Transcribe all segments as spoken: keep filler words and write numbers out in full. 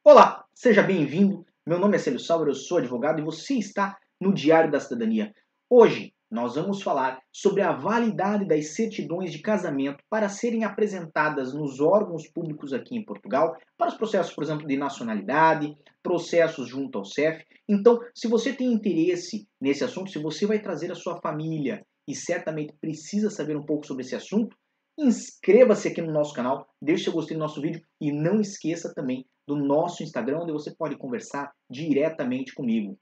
Olá, seja bem-vindo. Meu nome é Célio Sauer, eu sou advogado e você está no Diário da Cidadania. Hoje nós vamos falar sobre a validade das certidões de casamento para serem apresentadas nos órgãos públicos aqui em Portugal, para os processos, por exemplo, de nacionalidade, processos junto ao C E F. Então, se você tem interesse nesse assunto, se você vai trazer a sua família e certamente precisa saber um pouco sobre esse assunto, inscreva-se aqui no nosso canal, deixe seu gostei no nosso vídeo e não esqueça também do nosso Instagram, onde você pode conversar diretamente comigo.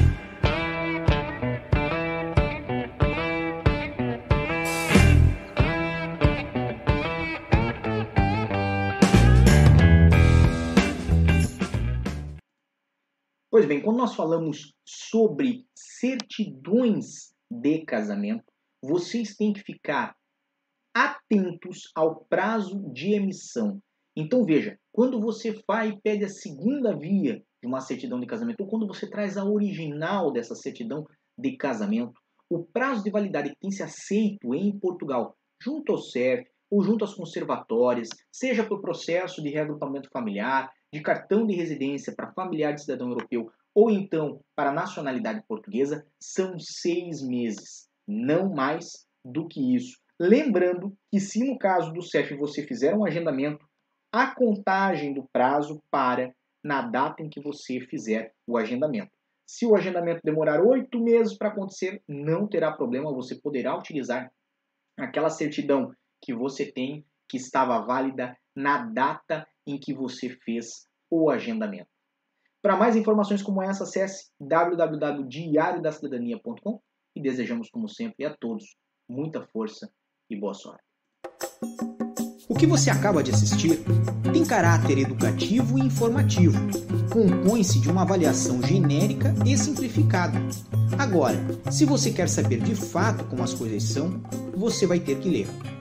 Pois bem, quando nós falamos sobre certidões de casamento, vocês têm que ficar atentos ao prazo de emissão. Então veja, quando você vai e pede a segunda via de uma certidão de casamento, ou quando você traz a original dessa certidão de casamento, o prazo de validade que tem se aceito em Portugal, junto ao C E F ou junto às conservatórias, seja para o processo de reagrupamento familiar, de cartão de residência para familiar de cidadão europeu, ou então para a nacionalidade portuguesa, são seis meses, não mais do que isso. Lembrando que se no caso do C E F você fizer um agendamento, a contagem do prazo para na data em que você fizer o agendamento. Se o agendamento demorar oito meses para acontecer, não terá problema, você poderá utilizar aquela certidão que você tem, que estava válida na data em que você fez o agendamento. Para mais informações como essa, acesse w w w ponto diário da cidadania ponto com e desejamos, como sempre, a todos muita força e boa sorte. O que você acaba de assistir tem caráter educativo e informativo. Compõe-se de uma avaliação genérica e simplificada. Agora, se você quer saber de fato como as coisas são, você vai ter que ler.